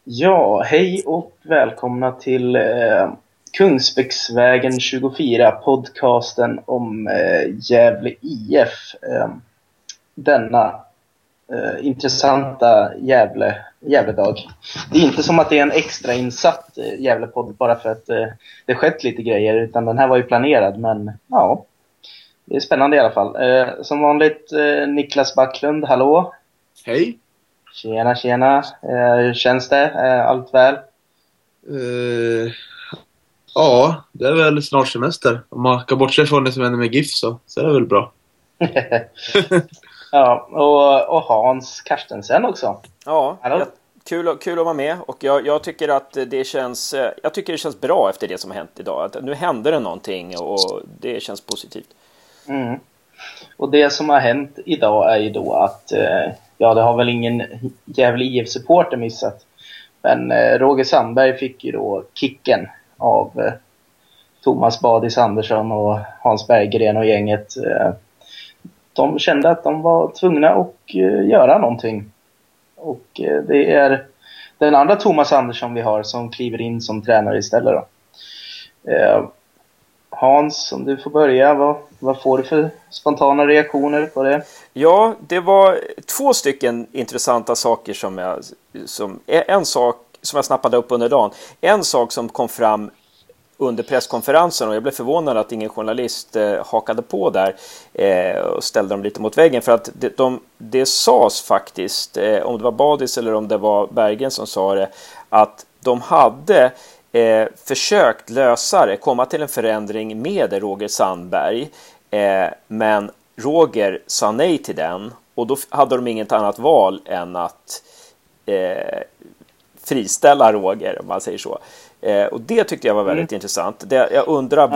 Ja, hej och välkomna till Kungsbäcksvägen 24, podcasten om Gävle IF. Denna intressanta Gävledag. Det är inte som att det är en extra insatt Gävlepodd bara för att det skett lite grejer, utan den här var ju planerad, men ja, det är spännande i alla fall. Som vanligt Niklas Backlund, hallå! Hej! Tjena. Hur känns det? Allt väl? Ja, det är väl snart semester. Om man kan bortse från det som händer med GIF så är det väl bra. Ja, och Hans Karstensen också. Ja, kul att vara med. Och jag tycker att det känns bra efter det som har hänt idag. Att nu händer det någonting och det känns positivt. Mm. Och det som har hänt idag är ju då att det har väl ingen Gävle IF-supporter missat. Men Roger Sandberg fick ju då kicken av Thomas Badis Andersson och Hans Berggren och gänget. De kände att de var tvungna att göra någonting. Och det är den andra Thomas Andersson vi har som kliver in som tränare istället då. Hans, om du får börja, vad får du för spontana reaktioner på det? Ja, det var 2 stycken intressanta saker en sak som jag snappade upp under dagen. En sak som kom fram under presskonferensen, och jag blev förvånad att ingen journalist hakade på där och ställde dem lite mot väggen, för att det sades faktiskt, om det var Badis eller om det var Bergen som sa det, att de hade försökt lösa det, komma till en förändring med Roger Sandberg, men Roger sa nej till den, och då hade de inget annat val än att friställa Roger, om man säger så. Och det tyckte jag var väldigt intressant. Jag undrar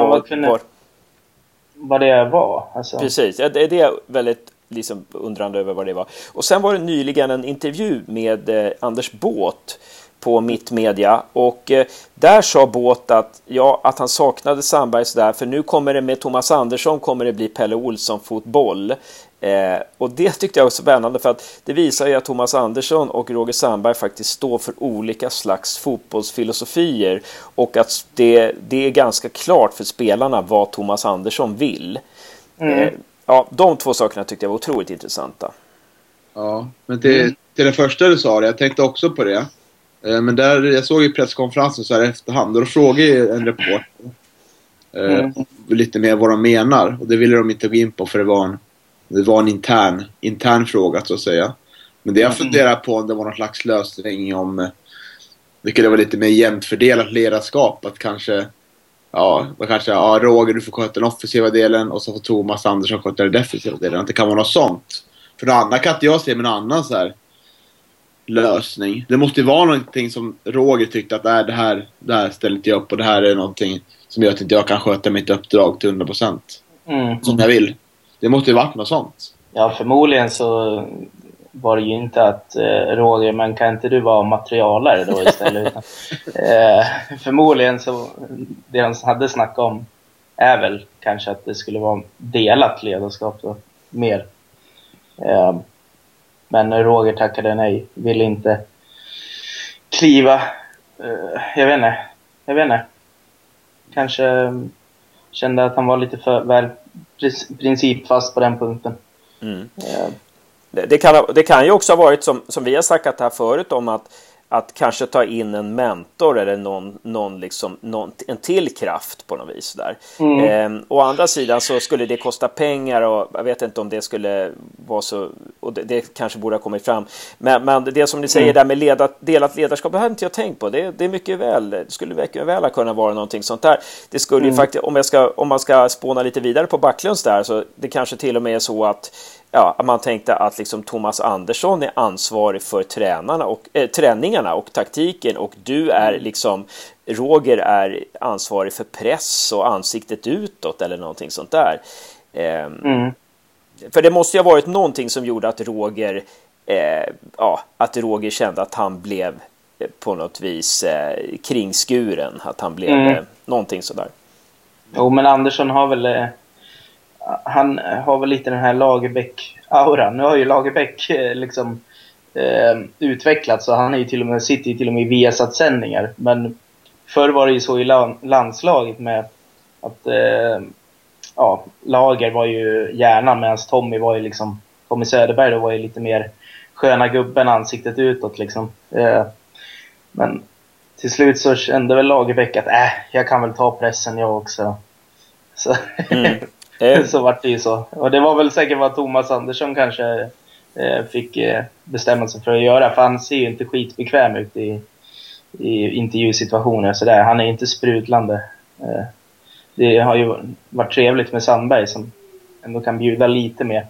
vad det var. Alltså. Precis, det är väldigt liksom undrande över vad det var. Och sen var det nyligen en intervju med Anders Båth på Mittmedia, och där sa Båth att han saknade Sandberg sådär, för nu kommer det med Thomas Andersson kommer det bli Pelle Olsson fotboll. Och det tyckte jag var så spännande, för att det visar ju att Thomas Andersson och Roger Sandberg faktiskt står för olika slags fotbollsfilosofier, och att det är ganska klart för spelarna vad Thomas Andersson vill. Ja, de 2 sakerna tyckte jag var otroligt intressanta. Ja, men till det första du sa, jag tänkte också på det. Men där, jag såg i presskonferensen så här efterhand, och då frågade en reporter lite mer vad de menar, och det ville de inte gå in på, för det var en intern fråga så att säga. Men det jag funderar på, om det var någon slags lösning, om det kunde vara lite mer jämnt fördelat ledarskap, att kanske Roger, du får sköta den offensiva delen, och så får Thomas Andersson sköta den defensiva delen. Att det kan vara något sånt. För något annat kan inte jag se med någon annan så här lösning. Det måste ju vara någonting som Roger tyckte att det här ställer inte jag upp, och det här är någonting som gör att inte jag kan sköta mitt uppdrag till 100% som jag vill. Det måste ju varit något sånt. Ja, förmodligen så var det ju inte att Roger, men kan inte du vara materialare då istället? Förmodligen så det han hade snackat om är väl kanske att det skulle vara delat ledarskap då, mer. Men Roger tackade nej, ville inte kliva. Jag vet inte. Kanske kände att han var lite för väl principfast på den punkten. Det kan ju också ha varit som vi har sagt här förut, om att kanske ta in en mentor eller en till kraft på något vis där. Å andra sidan så skulle det kosta pengar, och jag vet inte om det skulle vara så, och det kanske borde ha kommit fram. Men det som ni säger där med delat ledarskap, det har inte jag tänkt på. Det är mycket väl, det skulle mycket väl kunna vara någonting sånt där. Det skulle ju faktiskt, om man ska spåna lite vidare på Backlunds där, så det kanske till och med är så att man tänkte att liksom Thomas Andersson är ansvarig för träningarna och taktiken, och du är liksom Roger är ansvarig för press och ansiktet utåt eller någonting sånt där. För det måste ju ha varit någonting som gjorde att Roger kände att han blev på något vis kringskuren, att han blev någonting sådär. Jo, men Andersson har väl han har väl lite den här Lagerbäck-auran. Nu har ju Lagerbäck liksom utvecklats, så han är ju sitter ju till och med i Viasat-sändningar. Men förr var det ju så i landslaget med att Lager var ju hjärnan, medan Tommy var ju liksom, Tommy Söderberg då var ju lite mer sköna gubben, ansiktet utåt liksom. Men till slut så kände väl Lagerbäck att jag kan väl ta pressen jag också. Så, så vart det ju så. Och det var väl säkert vad Thomas Andersson kanske fick bestämma sig för att göra. För han ser ju inte skitbekväm ut i intervjusituationer. Så där. Han är inte sprutlande. Det har ju varit trevligt med Sandberg som ändå kan bjuda lite mer.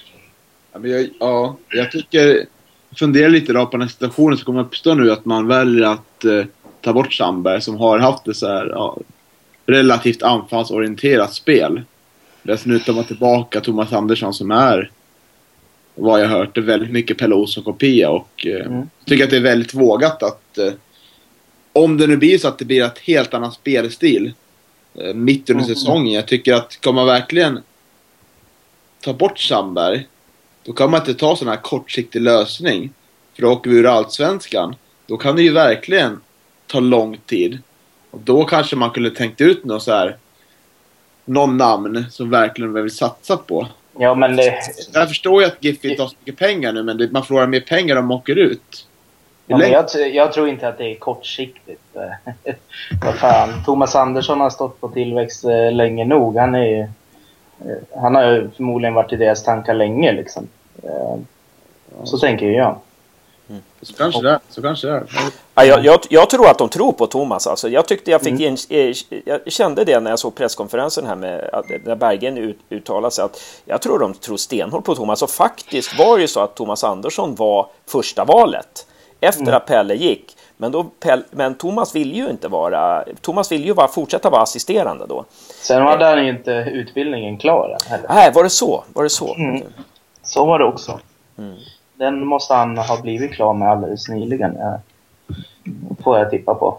Jag tycker, fundera lite då på den situationen som kommer uppstå nu, att man väljer att ta bort Sandberg som har haft det så här relativt anfallsorienterat spel. Nu tar man tillbaka Thomas Andersson som är, vad jag hört, är väldigt mycket Pelle Olsson-kopia, och tycker att det är väldigt vågat att om det nu blir så att det blir ett helt annan spelstil mitt under säsongen. Jag tycker att kan man verkligen ta bort Sandberg, då kan man inte ta sån här kortsiktig lösning. För då åker vi ur Allsvenskan. Då kan det ju verkligen ta lång tid. Och då kanske man kunde tänkt ut någon namn som verkligen vill satsa på. Ja, men jag förstår ju att GIF inte har så mycket pengar nu, men man förlorar mer pengar om man åker ut. Ja, men jag tror inte att det är kortsiktigt. Vad fan, Thomas Andersson har stått på tillväxt länge nog. Han har ju förmodligen varit i deras tankar länge liksom. Så tänker jag. Så kanske det är. Ja, jag tror att de tror på Thomas. Alltså, jag tyckte jag kände det när jag såg presskonferensen här med när Bergen uttalade sig, att jag tror de tror stenhårt på Thomas. Och faktiskt var det ju så att Thomas Andersson var första valet efter att Pelle gick. Men Thomas vill ju inte vara... Thomas vill ju fortsätta vara assisterande då. Sen hade han ju inte utbildningen klar heller. Nej, var det så? Så var det också. Den måste han ha blivit klar med alldeles nyligen. Får jag tippa på.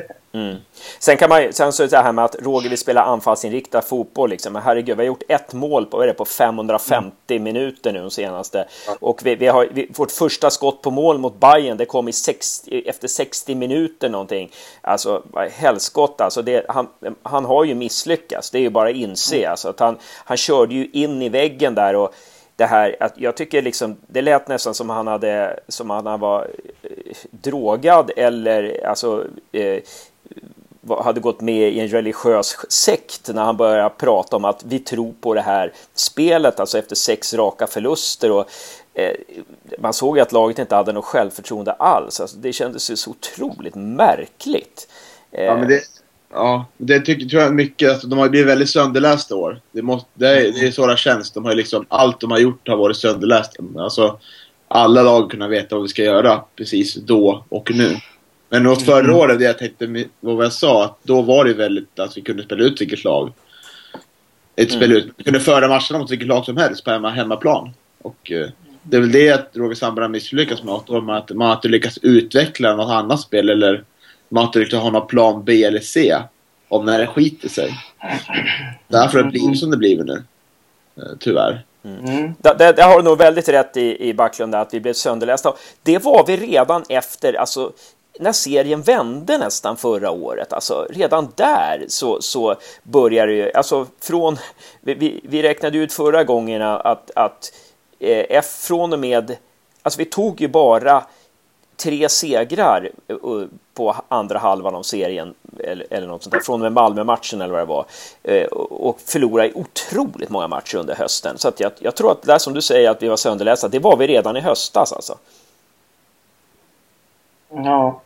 Sen så är det här med att Roger vill spela anfallsinriktad fotboll liksom. Men herregud, vi har gjort ett mål på 550 minuter nu de senaste. Och vårt första skott på mål mot Bayern, det kom efter 60 minuter någonting. Alltså helskott, alltså han har ju misslyckats. Det är ju bara att inse alltså, att han körde ju in i väggen där, och det här, att jag tycker liksom, det lät nästan som han var drogad eller alltså hade gått med i en religiös sekt när han började prata om att vi tror på det här spelet, alltså efter 6 raka förluster, och man såg att laget inte hade något självförtroende alls. Alltså, det kändes ju så otroligt märkligt. Det tror jag mycket. Alltså, de har blivit väldigt sönderlästa år. Det är så det känns. De har liksom, allt de har gjort har varit sönderläst. Alltså, alla lag kunna veta vad vi ska göra precis då och nu. Men åt förra året, det jag tänkte, vad jag sa, att då var det väldigt att vi kunde spela ut vilket lag. Vi kunde föra matcherna mot vilket lag som helst på hemmaplan. Och det är väl det att Roger Sandberg har misslyckats med. Att man inte lyckats utveckla något annat spel, eller man inte lyckats ha någon plan B eller C om när det skiter sig. Därför har det blivit som det blivit nu. Tyvärr. Det har du nog väldigt rätt i Backlund, att vi blev sönderlästa. Det var vi redan efter, alltså när serien vände nästan förra året, alltså redan där så började det, alltså från vi räknade ut förra gången att från och med, alltså vi tog ju bara 3 segrar på andra halvan av serien eller något sånt där, från och med Malmö-matchen eller vad det var, och förlorade otroligt många matcher under hösten. Så att jag tror att det där som du säger att vi var sönderlästa, det var vi redan i höstas alltså. Ja.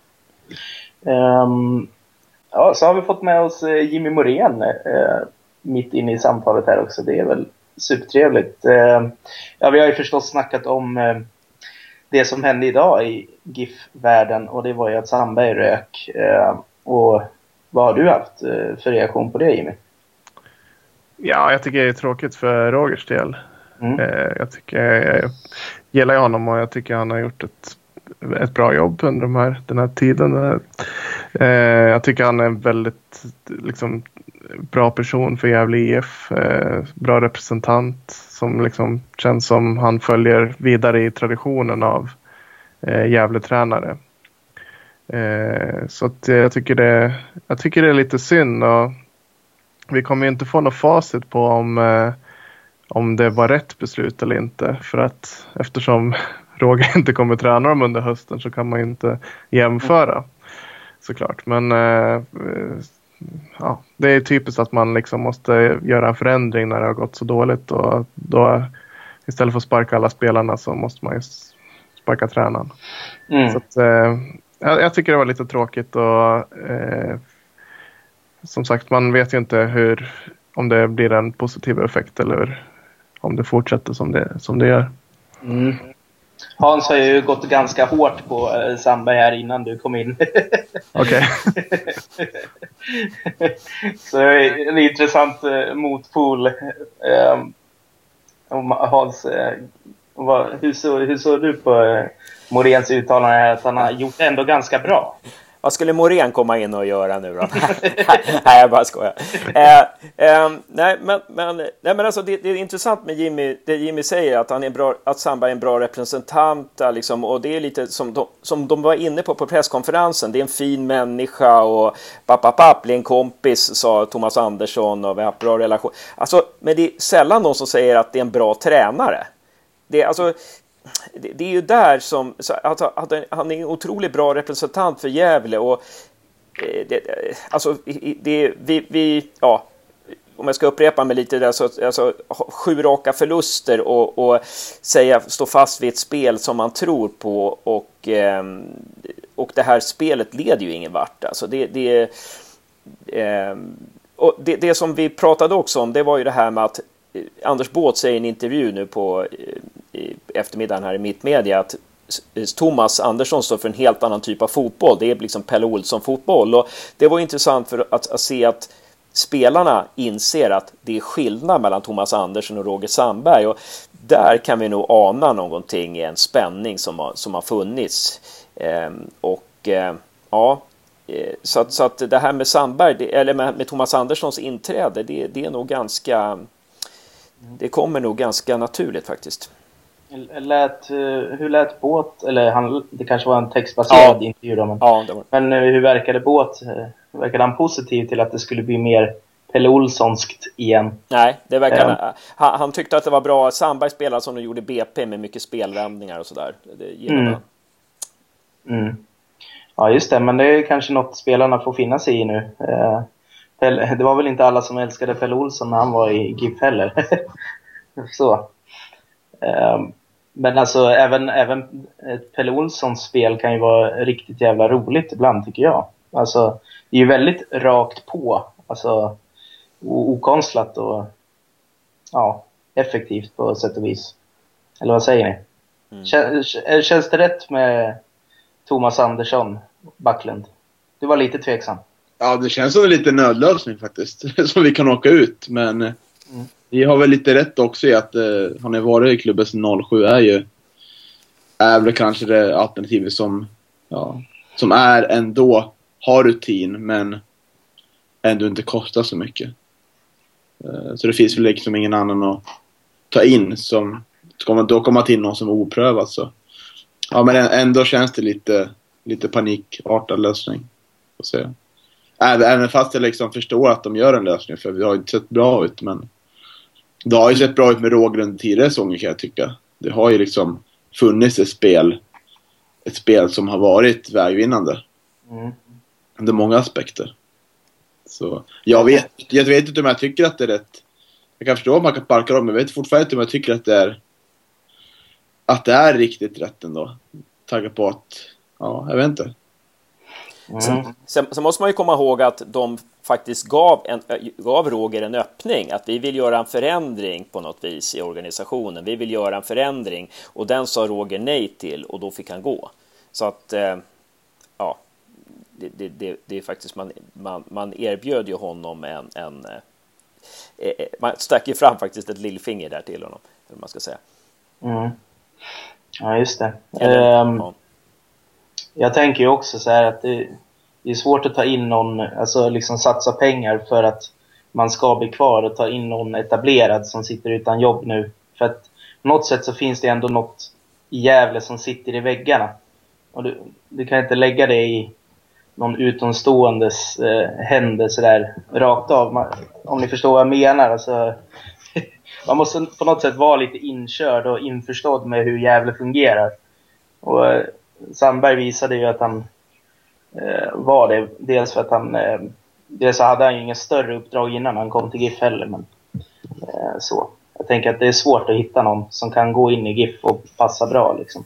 Så har vi fått med oss Jimmy Morén mitt inne i samtalet här också. Det är väl supertrevligt. Vi har ju förstås snackat om det som hände idag i GIF-världen, och det var ju att Sandberg rök. Och vad har du haft för reaktion på det, Jimmy? Ja, jag tycker det är tråkigt för Rogers del. Jag gillar honom, och jag tycker han har gjort ett bra jobb under den här tiden. Jag tycker han är en väldigt liksom, bra person för Gävle IF. Bra representant som liksom känns som han följer vidare i traditionen av Gävle-tränare. Så att jag tycker det är lite synd, och vi kommer ju inte få något facit på om det var rätt beslut eller inte, för att eftersom Roger inte kommer träna dem under hösten så kan man ju inte jämföra såklart, men ja, det är typiskt att man liksom måste göra en förändring när det har gått så dåligt, och då istället för att sparka alla spelarna så måste man ju sparka tränaren. Så att, jag tycker det var lite tråkigt, och som sagt, man vet ju inte om det blir en positiv effekt eller om det fortsätter som det gör. Hans har ju gått ganska hårt på Sandberg här innan du kom in. Okej. Så det är en intressant motpol. Hans, hur såg du på Moréns uttalande här, att han har gjort det ändå ganska bra? Vad skulle Morén komma in och göra nu då? Nej, jag bara skojar. Nej, men alltså det är intressant med Jimmy, det Jimmy säger, att han är bra, att Sandberg är en bra representant liksom, och det är lite som de var inne på presskonferensen. Det är en fin människa och blir en kompis, sa Thomas Andersson, och vi har haft bra relation. Alltså, men det är sällan någon som säger att det är en bra tränare. Det är ju där som han är en otroligt bra representant för Gävle, och om jag ska upprepa mig lite där, så alltså 7 raka förluster och stå fast vid ett spel som man tror på, och det här spelet leder ju ingen vart. Alltså det som vi pratade också om, det var ju det här med att Anders Båth säger i en intervju nu på eftermiddagen här i Mittmedia att Thomas Andersson står för en helt annan typ av fotboll. Det är liksom Pelle Olsson-fotboll, och det var intressant för att se att spelarna inser att det är skillnad mellan Thomas Andersson och Roger Sandberg, och där kan vi nog ana någonting i en spänning som har funnits. Så att det här med Sandberg, eller med Thomas Anderssons inträde, det är nog ganska... Det kommer nog ganska naturligt faktiskt. Hur lät Båth, eller det kanske var en textbaserad intervju då, men hur verkade Båth? Verkade han positiv till att det skulle bli mer Pelle Olssonskt igen? Nej, det verkar han tyckte att det var bra. Sandberg spelade som de gjorde BP med mycket spelvändningar och sådär. Det gillade han. Ja, just det, men det är kanske något spelarna får finna sig i nu. Det var väl inte alla som älskade Pelle Olsson när han var i GIF heller. Så. Men alltså även Pelle Olssons spel kan ju vara riktigt jävla roligt ibland, tycker jag. Alltså det är ju väldigt rakt på, alltså okonstlat och effektivt på sätt och vis. Eller vad säger ni? Känns det rätt med Thomas Andersson, Backlund? Du var lite tveksam. Ja, det känns som en lite nödlösning faktiskt. Som vi kan åka ut. Men vi har väl lite rätt också i att han har varit i klubben sedan 07. Är väl kanske det alternativet som är ändå har rutin, men ändå inte kostar så mycket. Så det finns väl liksom ingen annan att ta in som ska man då komma till någon som är oprövad, så. Ja, men ändå känns det lite panikartad lösning. Får säga. Även fast jag liksom förstår att de gör en lösning, för vi har inte sett bra ut, men det har ju sett bra ut med Roger under tidigare säsonger, kan jag tycka. Det har ju liksom funnits ett spel som har varit vägvinnande under många aspekter. Så jag vet inte om jag tycker att det är rätt. Jag kan förstå om man kan parka dem, men jag vet fortfarande inte om jag tycker att det är riktigt rätt ändå. Tagga på att, jag vet inte. Sen måste man ju komma ihåg att de faktiskt gav Roger en öppning, att vi vill göra en förändring på något vis i organisationen. Vi vill göra en förändring, och den sa Roger nej till, och då fick han gå. Så att det är faktiskt man erbjöd ju honom man stack ju fram faktiskt ett lillfinger där till honom, eller man ska säga. Ja, just det. Jag tänker ju också så här att det är svårt att ta in någon, alltså liksom satsa pengar för att man ska bli kvar, och ta in någon etablerad som sitter utan jobb nu. För att på något sätt så finns det ändå något i Gävle som sitter i väggarna. Och du kan inte lägga det i någon utomståendes händelse där rakt av. Om ni förstår vad jag menar. Alltså, man måste på något sätt vara lite inkörd och införstådd med hur Gävle fungerar. Och Sandberg visade ju att han var det. Dels för att han... dels så hade han ju ingen större uppdrag innan han kom till GIF heller. Men, så. Jag tänker att det är svårt att hitta någon som kan gå in i GIF och passa bra liksom.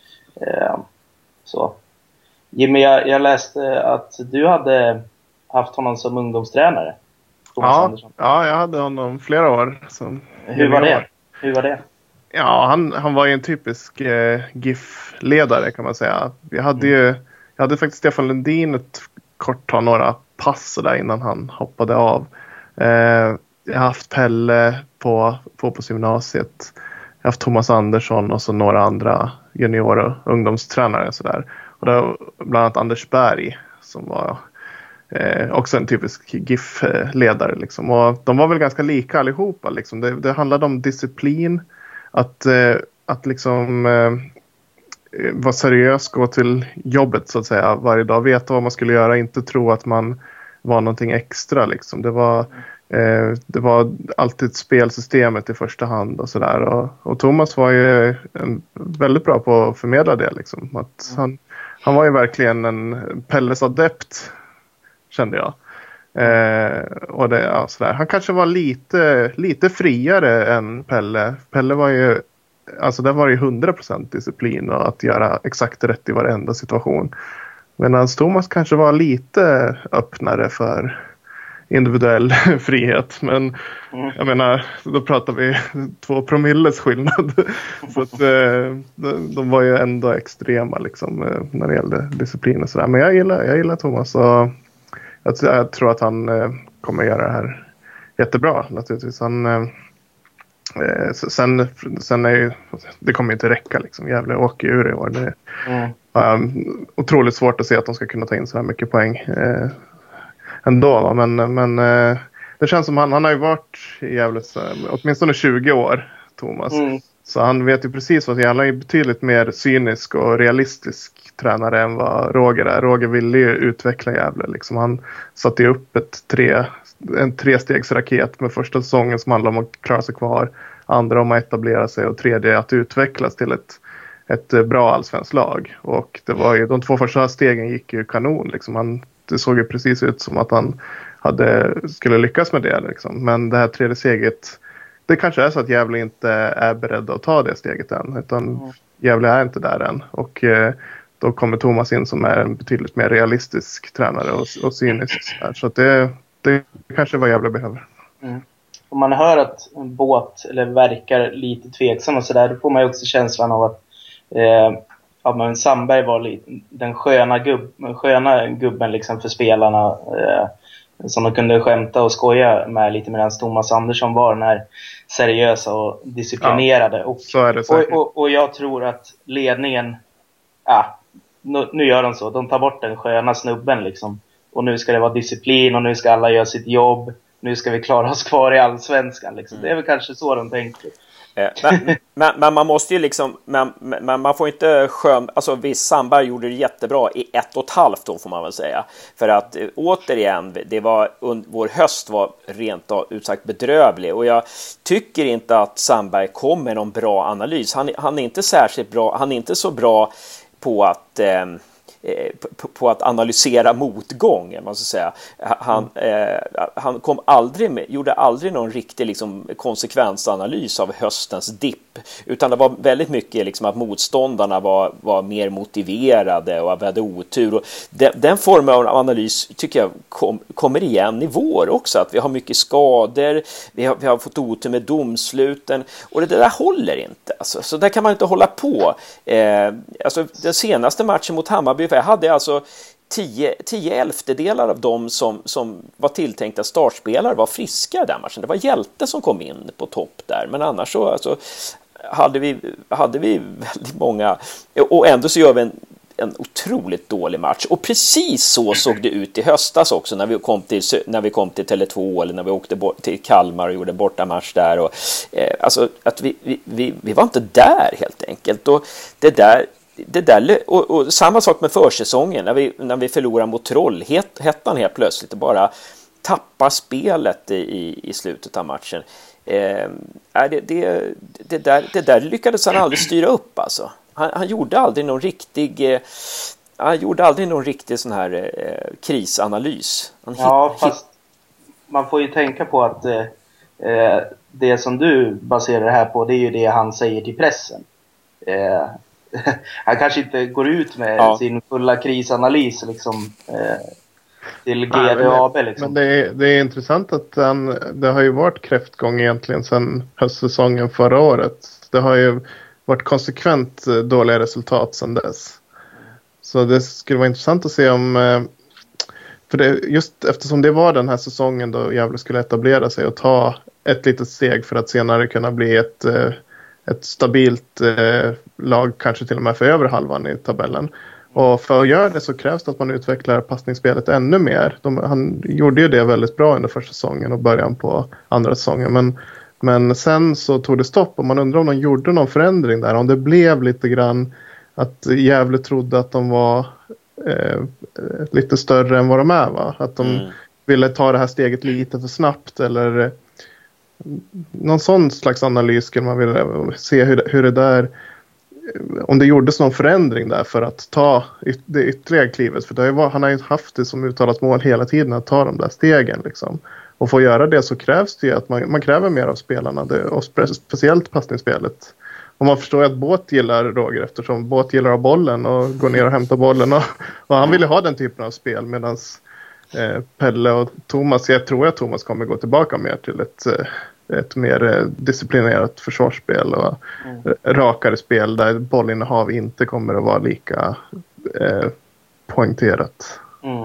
Så. Jimmy, jag läste att du hade haft honom som ungdomstränare. Ja, jag hade honom flera år. Hur var det? Ja, han var ju en typisk GIF-ledare kan man säga. Jag hade faktiskt Stefan Lundin ett kort ta några pass där innan han hoppade av. Jag har haft Pelle på fotbollsgymnasiet. Jag har haft Thomas Andersson och så några andra junior- och ungdomstränare. Så där. Och det var bland annat Anders Berg som var också en typisk GIF-ledare. Liksom. Och de var väl ganska lika allihopa. Liksom. Det handlade om disciplin. Att liksom vara seriös, gå till jobbet så att säga varje dag. Veta vad man skulle göra, inte tro att man var någonting extra. Liksom. Det var alltid spelsystemet i första hand och sådär. Och Thomas var ju väldigt bra på att förmedla det. Liksom. Att han var ju verkligen en Pelles adept, kände jag. Och det, ja, sådär. Han kanske var lite friare än Pelle. Pelle var ju, alltså där var det 100% disciplin och att göra exakt rätt i varenda situation. Medan Thomas kanske var lite öppnare för individuell frihet. Men jag menar, då pratar vi 2 promilles skillnad. Så att de var ju ändå extrema liksom, när det gällde disciplin och sådär. Men jag gillar Thomas och jag tror att han kommer göra det här jättebra naturligtvis. Sen är ju, det kommer inte räcka liksom. Gävle åker ur i år. Det är otroligt svårt att se att de ska kunna ta in så här mycket poäng ändå. Va? Men det känns som han har ju varit i Gävle åtminstone 20 år, Thomas. Så han vet ju precis vad han är betydligt mer cynisk och realistisk tränare än vad Roger är. Roger ville ju utveckla Gävle. Liksom. Han satte ju upp en 3-stegsraket med första säsongen som handlar om att klara sig kvar. Andra om att etablera sig och tredje att utvecklas till ett bra allsvenskt lag. Och det var ju, de 2 första stegen gick ju kanon. Liksom. Det såg ju precis ut som att han skulle lyckas med det. Liksom. Men det här 3:e steget, det kanske är så att Gävle inte är beredd att ta det steget än. Utan Gävle är inte där än. Och då kommer Thomas in som är en betydligt mer realistisk tränare och cynisk. Så att det kanske är vad Gävle behöver. Om man hör att en båt eller verkar lite tveksam och sådär, då får man ju också känslan av att men Sandberg var den sköna gubben liksom för spelarna. Som de kunde skämta och skoja med lite, medan Thomas Andersson var den här seriösa och disciplinerade. Ja, så är det och jag tror att ledningen, nu gör de så. De tar bort den sköna snubben liksom. Och nu ska det vara disciplin och nu ska alla göra sitt jobb. Nu ska vi klara oss kvar i allsvenskan liksom. Det är väl kanske så de tänker. Men man måste ju liksom, men man får inte alltså visst, Sandberg gjorde det jättebra i 1,5 år får man väl säga, för att återigen vår höst var rent utsagt bedrövlig och jag tycker inte att Sandberg kom med någon bra analys. Han är inte särskilt bra, han är inte så bra på att analysera motgång, man ska säga. Han gjorde aldrig någon riktig liksom konsekvensanalys av höstens dipp, utan det var väldigt mycket liksom att motståndarna var mer motiverade och hade otur, och den formen av analys tycker jag kommer igen i vår också, att vi har mycket skador, vi har fått otur med domsluten, och det där håller inte alltså, så där kan man inte hålla på. Alltså den senaste matchen mot Hammarby, jag hade alltså 10/11 av dem som var tilltänkta startspelare var friska i den matchen. Det var Hjälte som kom in på topp där, men annars så alltså, hade vi väldigt många, och ändå så gör vi en otroligt dålig match. Och precis så såg det ut i höstas också när vi kom till Tele2 eller när vi åkte till Kalmar och gjorde bortamatch där, och alltså att vi var inte där helt enkelt, och det där det där, och samma sak med försäsongen när vi förlorar mot Trollhättan helt plötsligt och bara tappar spelet i slutet av matchen. Det där lyckades han aldrig styra upp alltså. Han gjorde aldrig någon riktig sån här krisanalys. Fast man får ju tänka på att det som du baserar det här på, det är ju det han säger till pressen. Han kanske inte går ut med sin fulla krisanalys liksom, till GDAB liksom. Men det är intressant att det har ju varit kräftgång egentligen sedan höstsäsongen förra året. Det har ju varit konsekvent dåliga resultat sedan dess. Så det skulle vara intressant att se om... För det, just eftersom det var den här säsongen då Gävle skulle etablera sig och ta ett litet steg för att senare kunna bli ett stabilt lag, kanske till och med för över halvan i tabellen. Och för att göra det så krävs det att man utvecklar passningsspelet ännu mer. Han gjorde ju det väldigt bra under första säsongen och början på andra säsongen. Men sen så tog det stopp och man undrar om de gjorde någon förändring där. Om det blev lite grann att Gävle trodde att de var lite större än vad de är, va? Att de ville ta det här steget lite för snabbt eller någon sån slags analys skulle man vilja se hur det där, om det gjordes någon förändring där för att ta det ytterligare klivet, för han har ju haft det som uttalat mål hela tiden att ta de där stegen liksom. Och för att göra det så krävs det ju att man kräver mer av spelarna och speciellt passningsspelet. Och man förstår ju att Båt gillar Roger eftersom Båt gillar att ha bollen och går ner och hämtar bollen och han ville ha den typen av spel medan Pelle och Thomas, jag tror att Thomas kommer gå tillbaka mer till ett mer disciplinerat försvarsspel och rakare spel där bollinnehav inte kommer att vara lika poängterat.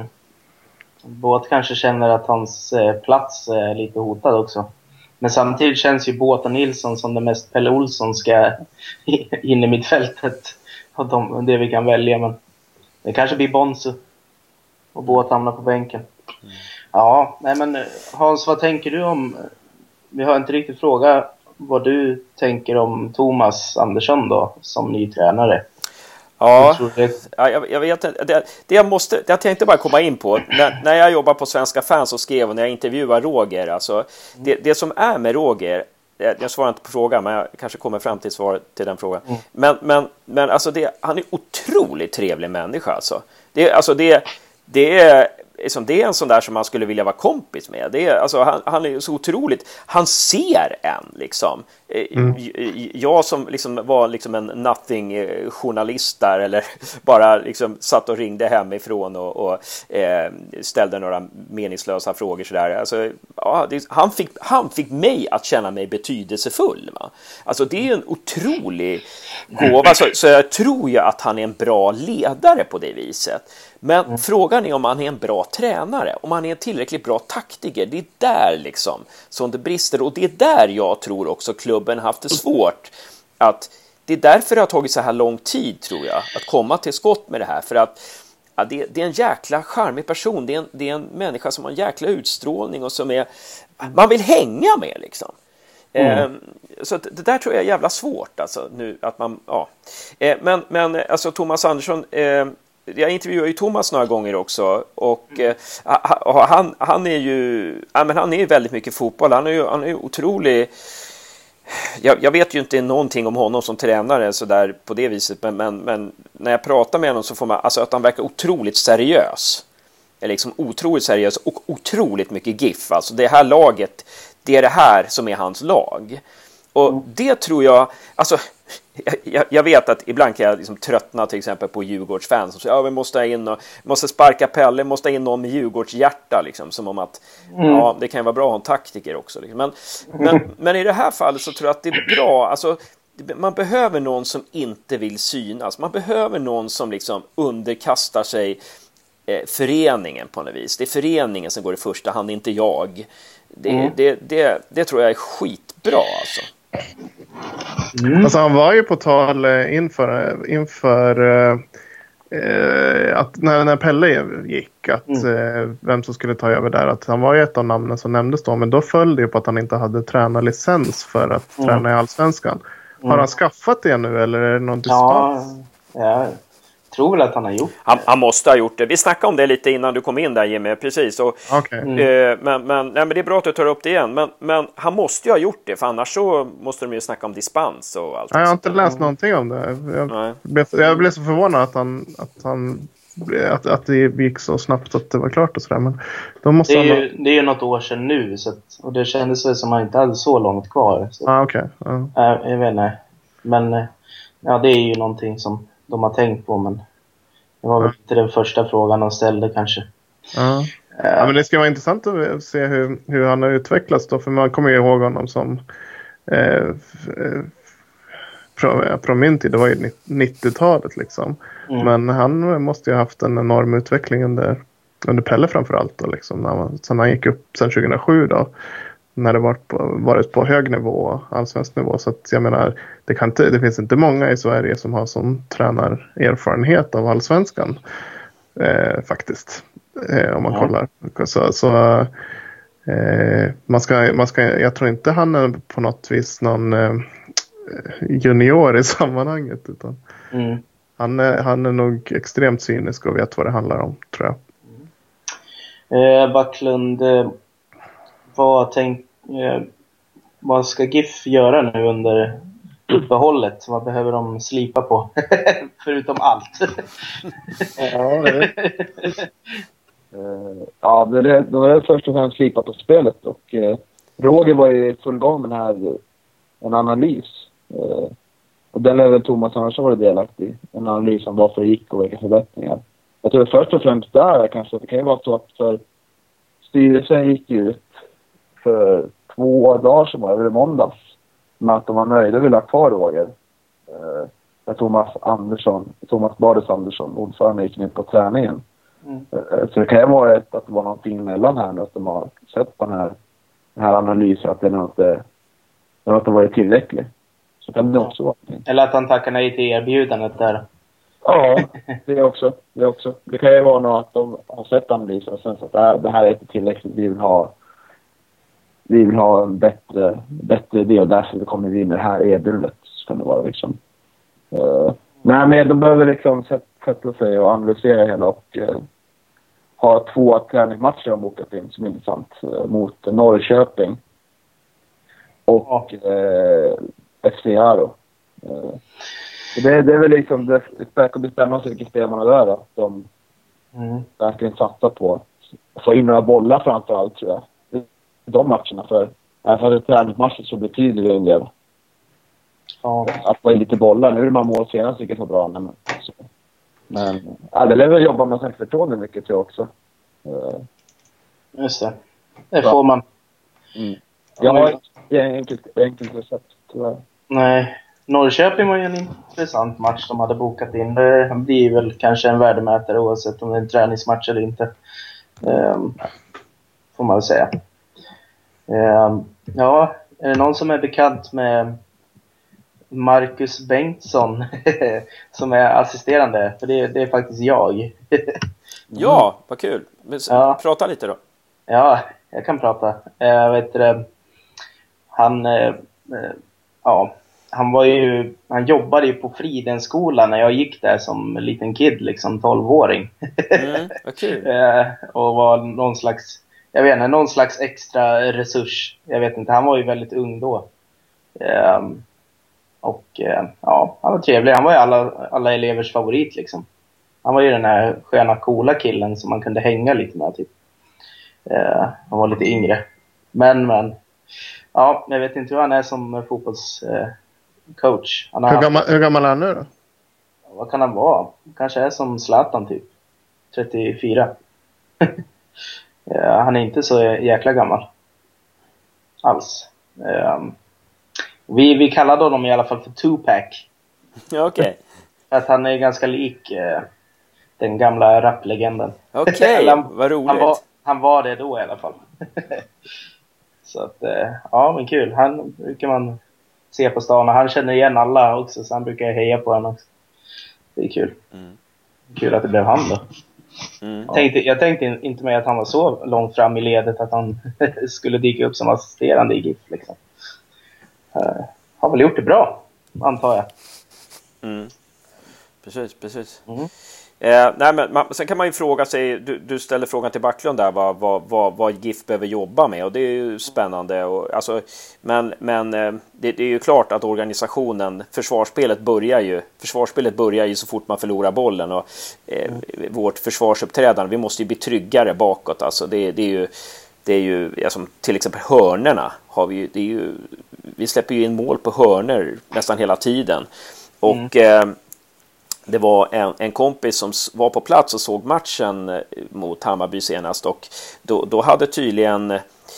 Båt kanske känner att hans plats är lite hotad också. Men samtidigt känns ju Båt och Nilsson som det mest Pelle Olssonska in i mittfältet av det vi kan välja. Men det kanske blir Bonsu och Båt hamnar på bänken. Ja, nej men Hans, vad tänker du om... Vi har inte riktigt frågat vad du tänker om Thomas Andersson då som ny tränare. Ja, jag vet inte. Jag tänkte bara komma in på när jag jobbar på Svenska Fans och skrev och när jag intervjuar Roger, alltså det som är med Roger, jag svarar inte på frågan men jag kanske kommer fram till svar till den frågan. Men alltså han är otroligt trevlig människa alltså. Det är en sån där som man skulle vilja vara kompis med. Han är så otroligt. Han ser en liksom. Jag som liksom var liksom en nothing-journalist där eller bara liksom satt och ringde hemifrån och ställde några meningslösa frågor sådär. Alltså, ja, han fick mig att känna mig betydelsefull. Va? Alltså det är en otrolig gåva. Så jag tror ju att han är en bra ledare på det viset. Men frågan är om han är en bra tränare, om han är en tillräckligt bra taktiker. Det är där liksom som det brister och det är där jag tror också klubben haft det svårt. Det är därför det har tagit så här lång tid tror jag att komma till skott med det här. För att det är en jäkla charmig person, det är en människa som har en jäkla utstrålning och som man vill hänga med liksom. Så det där tror jag är jävla svårt alltså, nu att man, ja. Men alltså Thomas Andersson, jag intervjuar ju Thomas några gånger också och han är ju han är ju väldigt mycket fotboll. Han är ju otrolig. Jag vet ju inte någonting om honom som tränare så där på det viset, men när jag pratar med honom så får man alltså att han verkar otroligt seriös. Eller liksom otroligt seriös och otroligt mycket GIF. Alltså det här laget, det är det här som är hans lag. Och det tror jag, alltså jag vet att ibland kan jag liksom tröttna till exempel på Djurgårdsfans som säger vi måste sparka Pelle, måste in någon med Djurgårdshjärta liksom, som om att ja, det kan vara bra att ha en taktiker också liksom. Men i det här fallet så tror jag att det är bra, alltså man behöver någon som inte vill synas, man behöver någon som liksom underkastar sig föreningen på något vis. Det är föreningen som går i första hand, inte jag. Det tror jag är skitbra alltså. Alltså han var ju på tal inför att när Pelle gick att vem som skulle ta över där, att han var ju ett av namnen som nämndes då, men då föll det ju på att han inte hade tränarlicens för att träna i Allsvenskan. Har han skaffat det nu eller är det någon dispens? Jag tror väl att han har gjort det. Han måste ha gjort det. Vi snackade om det lite innan du kom in där, Jimmy. Precis. Och, Okay. men det är bra att du tar upp det igen. Men han måste ju ha gjort det. För annars så måste de ju snacka om dispens och allt. Jag har inte läst någonting om det. Jag blev så förvånad att det gick så snabbt att det var klart och sådär. Men då måste det är ju något år sedan nu. Och det kändes väl som att han inte hade så långt kvar. Okej. Jag vet inte. Men det är ju någonting som de har tänkt på. Men det var väl inte den första frågan de ställde kanske. Ja, men det ska vara intressant att se hur han har utvecklats då. För man kommer ju ihåg honom som från min tid, det var ju 90-talet liksom. Men han måste ju ha haft en enorm utveckling under Pelle framförallt då liksom. Sen han gick upp sen 2007 då. När det varit på hög nivå, allsvensk nivå. Så att jag menar, det finns inte många i Sverige som har sån tränarerfarenhet av allsvenskan. Faktiskt. Om man kollar. Man ska, jag tror inte han är på något vis någon junior i sammanhanget. Utan han är nog extremt cynisk och vet vad det handlar om, tror jag. Backlund, vad ska GIF göra nu under uppehållet? Vad behöver de slipa på? Förutom allt. Det var först och främst slipa på spelet. Och Roger var ju full gång med en analys. Och den är väl Thomas Andersson varit delaktig. En analys om varför det gick och vilka förbättringar. Jag tror först och främst där kanske det kan ju vara så att för styrelsen gick ut för 2 dagar som var över måndags med att de var nöjda och ville ha kvar Roger. Thomas Bades Andersson, ordförande, gick ner på träningen. Så det kan ju vara att det var någonting mellan här nu, att de har sett på den här analysen att den inte varit tillräcklig. Så kan det också vara. Eller att han tackar nej till erbjudandet där. Ja, det också. Det kan ju vara något att de har sett analysen och sen så att det här är inte tillräckligt. Vi vill ha en bättre idé och därför kommer vi med det här erbjudandet. Så kan det vara liksom. Nej, men de behöver liksom sätta sig och analysera hela och ha 2 träningsmatcher de bokat in som är intressant mot Norrköping och FCA då. Det är väl liksom det ska bestämma sig vilka spelarna där att de verkligen satsar på att få in några bollar framförallt, tror jag. De matcherna för det träningsmatcher så betyder det en del. Att få in lite bollar. Nu är det man mål senast vilket var bra. Men det lär väl jobba med självförtroende mycket, tror jag också. Just det. Det får man. Ja, det är enkelt recept, tyvärr. Nej. Norrköping var ju en intressant match de hade bokat in. Det blir väl kanske en värdemätare oavsett om det är en träningsmatch eller inte. Får man väl säga. Ja, är det någon som är bekant med Marcus Bengtsson som är assisterande? För det är faktiskt jag. Ja, vad kul. Men, prata lite då. Ja, jag kan prata. Han jobbade ju på Fridenskolan när jag gick där som liten kid, liksom 12-åring. Okay. Och var någon slags extra resurs. Jag vet inte, han var ju väldigt ung då. Han var trevlig. Han var ju alla elevers favorit liksom. Han var ju den här sköna coola killen som man kunde hänga lite med typ. Han var lite yngre. Men jag vet inte hur han är som fotbollscoach. Hur gammal är han nu då? Vad kan han vara? Kanske är som Zlatan typ. 34. Han är inte så jäkla gammal. Alls. Vi kallade honom i alla fall för Tupac. Okej. Att han är ganska lik den gamla raplegenden. Okej, vad roligt. Han var det då i alla fall. Så att, men kul. Han brukar man se på stan och han känner igen alla också, så han brukar heja på honom också. Det är kul. Kul att det blev han då. Jag tänkte inte med att han var så långt fram i ledet att han skulle dyka upp som assisterande i GIF liksom. Har väl gjort det bra, antar jag. precis. Nej, men sen kan man ju fråga sig, du ställer frågan till Backlund där vad GIF behöver jobba med, och det är ju spännande. Och, alltså, men det är ju klart att organisationen, försvarsspelet börjar ju så fort man förlorar bollen, och vårt försvarsuppträdande, vi måste ju bli tryggare bakåt. Alltså, det är ju alltså, till exempel hörnerna har vi släpper ju in mål på hörner nästan hela tiden, och det var en kompis som var på plats och såg matchen mot Hammarby senast, och då hade tydligen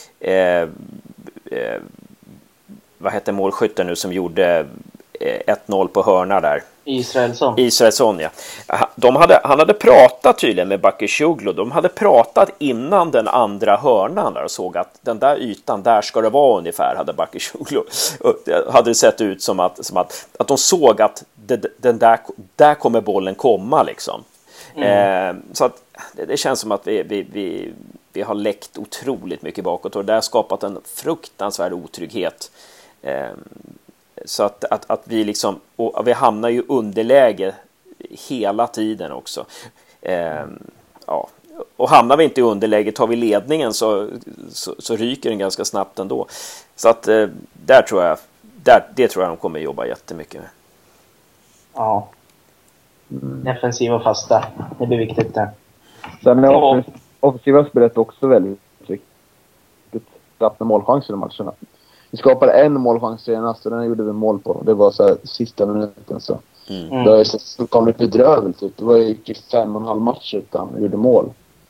vad heter målskytten nu som gjorde 1-0 på hörna där? Israelsson, ja. Han hade pratat tydligen med Bakircioglu. De hade pratat innan den andra hörnan där och såg att den där ytan, där ska det vara ungefär, hade Bakircioglu. Hade det sett ut som att de såg att den där kommer bollen komma liksom. Så att det känns som att vi har läckt otroligt mycket bakåt, och det har skapat en fruktansvärd otrygghet. Så att vi liksom, och vi hamnar ju underläge hela tiden också. Ja. Och hamnar vi inte i underläge, tar vi ledningen så ryker den ganska snabbt ändå. Så att det tror jag de kommer jobba jättemycket med. Ja. Defensiva och fasta. Det blir viktigt där. Sen är offensiva spelet också väldigt viktigt. Att med målchanser i matcherna. Vi skapade en målchans senast, och den gjorde vi mål på. Det var så här, sista minuten så. Det kom lite bedrövligt ut. Det var ju 5,5 matcher utan vi gjorde mål.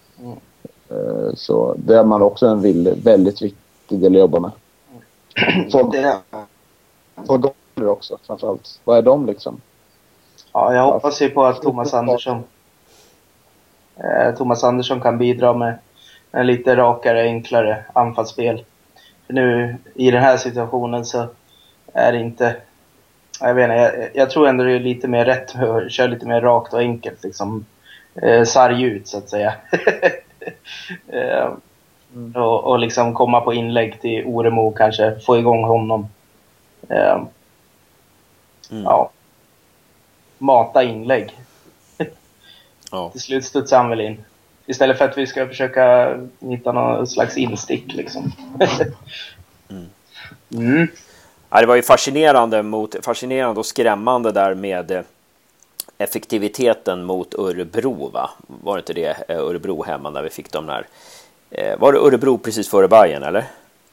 Så det är man också en väldigt viktig del att jobba med. För goller också framförallt. Vad är de liksom? Ja, jag hoppas ju på att Thomas Andersson kan bidra med en lite rakare, enklare anfallsspel. För nu i den här situationen så är det inte, jag tror ändå det är lite mer rätt med att köra lite mer rakt och enkelt liksom, sarg ut så att säga. Och liksom komma på inlägg till Oremo, kanske få igång honom. Ja. Mata inlägg. Till slut studsar han väl in. Istället för att vi ska försöka hitta någon slags instick liksom. Ja, det var ju fascinerande och skrämmande där med effektiviteten mot Örebro, va? Var det inte det Örebro hemma när vi fick dem där? Var det Örebro precis före Bayern, eller?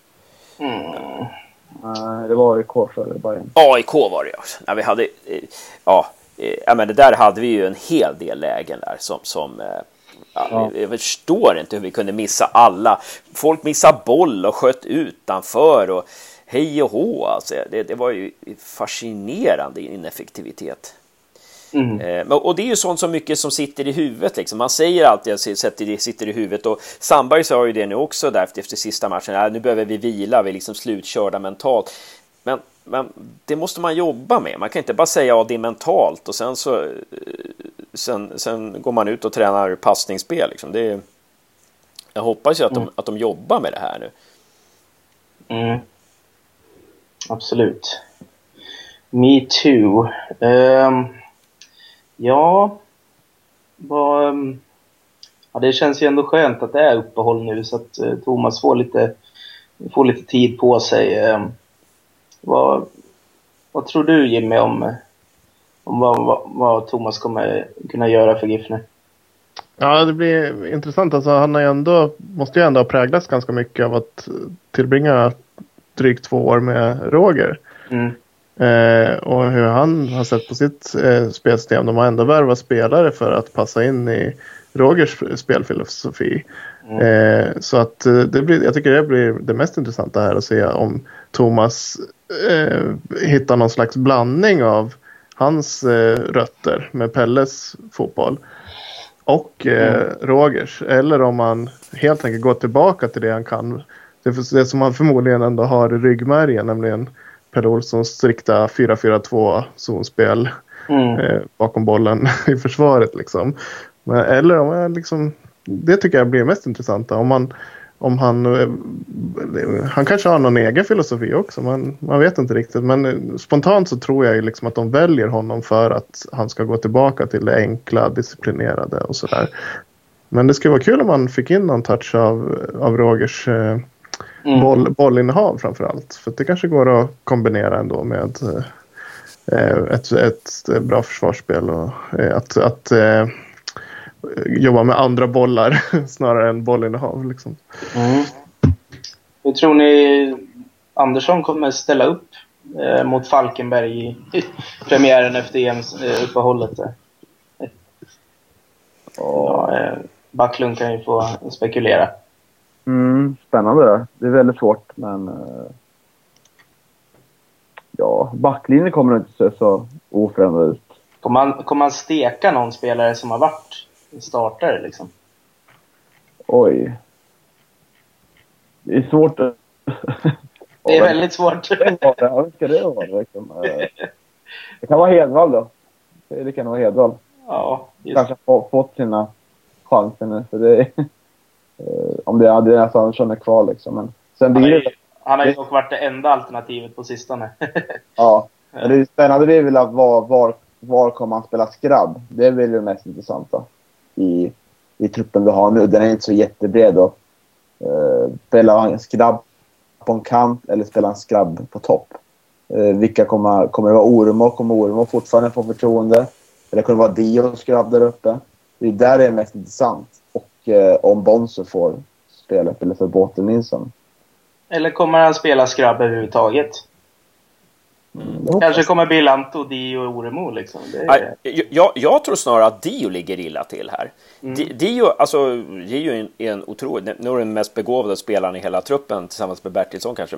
Det var AIK före Bayern. AIK var det, ja. När vi hade men det där hade vi ju en hel del lägen där som jag förstår inte hur vi kunde missa alla. Folk missade boll och sköt utanför och hej och hå. Alltså, det var ju fascinerande ineffektivitet. Och det är ju sånt så mycket som sitter i huvudet liksom. Man säger alltid att det sitter i huvudet, och Sandberg sa ju det nu också där efter sista matchen. Nu behöver vi vila, vi är liksom slutkörda mentalt. Men det måste man jobba med. Man kan inte bara säga det är mentalt och sen går man ut och tränar passningsspel liksom. Jag hoppas ju att de jobbar med det här nu. Absolut. Me too. Det känns ju ändå skönt att det är uppehåll nu, så att Thomas får lite tid på sig. Vad tror du, Jimmy, om vad Thomas kommer kunna göra för GIF nu? Ja, det blir intressant. Alltså, han måste ju ändå ha präglats ganska mycket av att tillbringa drygt 2 år med Roger. Och hur han har sett på sitt spelsystem. De har ändå värvat spelare för att passa in i Rogers spelfilosofi. Så att jag tycker det blir det mest intressanta här att se om Thomas hittar någon slags blandning av hans rötter med Pelles fotboll och Rogers, eller om han helt enkelt går tillbaka till det han kan, det som han förmodligen ändå har i ryggmärgen, nämligen Per Olssons strikta 4-4-2 zonspel bakom bollen i försvaret liksom. Eller om jag liksom, det tycker jag blir mest intressanta, om om han kanske har någon egen filosofi också, man vet inte riktigt, men spontant så tror jag liksom att de väljer honom för att han ska gå tillbaka till det enkla, disciplinerade och sådär. Men det skulle vara kul om man fick in någon touch av Rogers bollinnehav framförallt, för att det kanske går att kombinera ändå med ett bra försvarsspel och att jobba med andra bollar snarare än bollinnehav liksom. Hur tror ni Andersson kommer ställa upp mot Falkenberg i premiären efter EM-uppehållet där? Backlund kan ju få spekulera. Spännande där. Det är väldigt svårt, men backlinjen kommer inte se så oförändrad ut. Kommer man steka någon spelare som har varit startare liksom? Oj. Det är svårt. Det är väldigt svårt. Ja, ska det vara liksom. Det kan vara Hedvall då. Det kan vara Hedvall. Ja, just. Kanske har fått sina chanser nu, för det om det hade nästan Andersson är kvar liksom. Men sen han har ju dock varit det enda alternativet på sistone. Ja, men det är spännande. Det är väl att var kommer man spela skrabb? Det är väl det mest intressanta i truppen vi har nu. Den är inte så jättebred då. Spela en skrabb på en kant eller spela en skrabb på topp. Vilka kommer det vara? Oremo? Kommer Oremo fortfarande få förtroende? Eller kommer det vara Dio skrabb där uppe? Det är där det är mest intressant. Och om Bonzo får spela eller för Båten Nilsson. Eller kommer han spela skrabb överhuvudtaget? Kanske kommer Bilanto, Dio och Oremo liksom. Jag tror snarare att Dio ligger illa till här. Dio är ju en otrolig, nu är den mest begåvade spelaren i hela truppen tillsammans med Bertilsson kanske,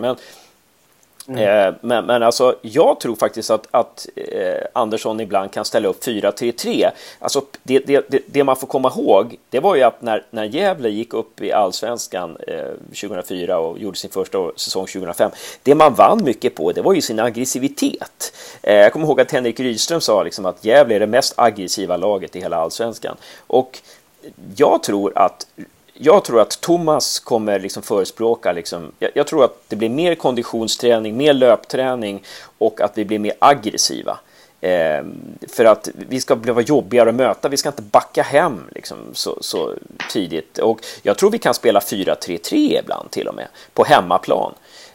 men alltså jag tror faktiskt att Andersson ibland kan ställa upp 4-3-3. Alltså det man får komma ihåg, det var ju att när Gävle gick upp i Allsvenskan 2004 och gjorde sin första säsong 2005, det man vann mycket på, det var ju sin aggressivitet. Jag kommer ihåg att Henrik Rydström sa liksom att Gävle är det mest aggressiva laget i hela Allsvenskan, och jag tror att Thomas kommer liksom förespråka liksom, jag tror att det blir mer konditionsträning, mer löpträning och att vi blir mer aggressiva. För att vi ska bli jobbigare att möta, vi ska inte backa hem liksom så tidigt. Och jag tror vi kan spela 4-3-3 ibland till och med på hemmaplan.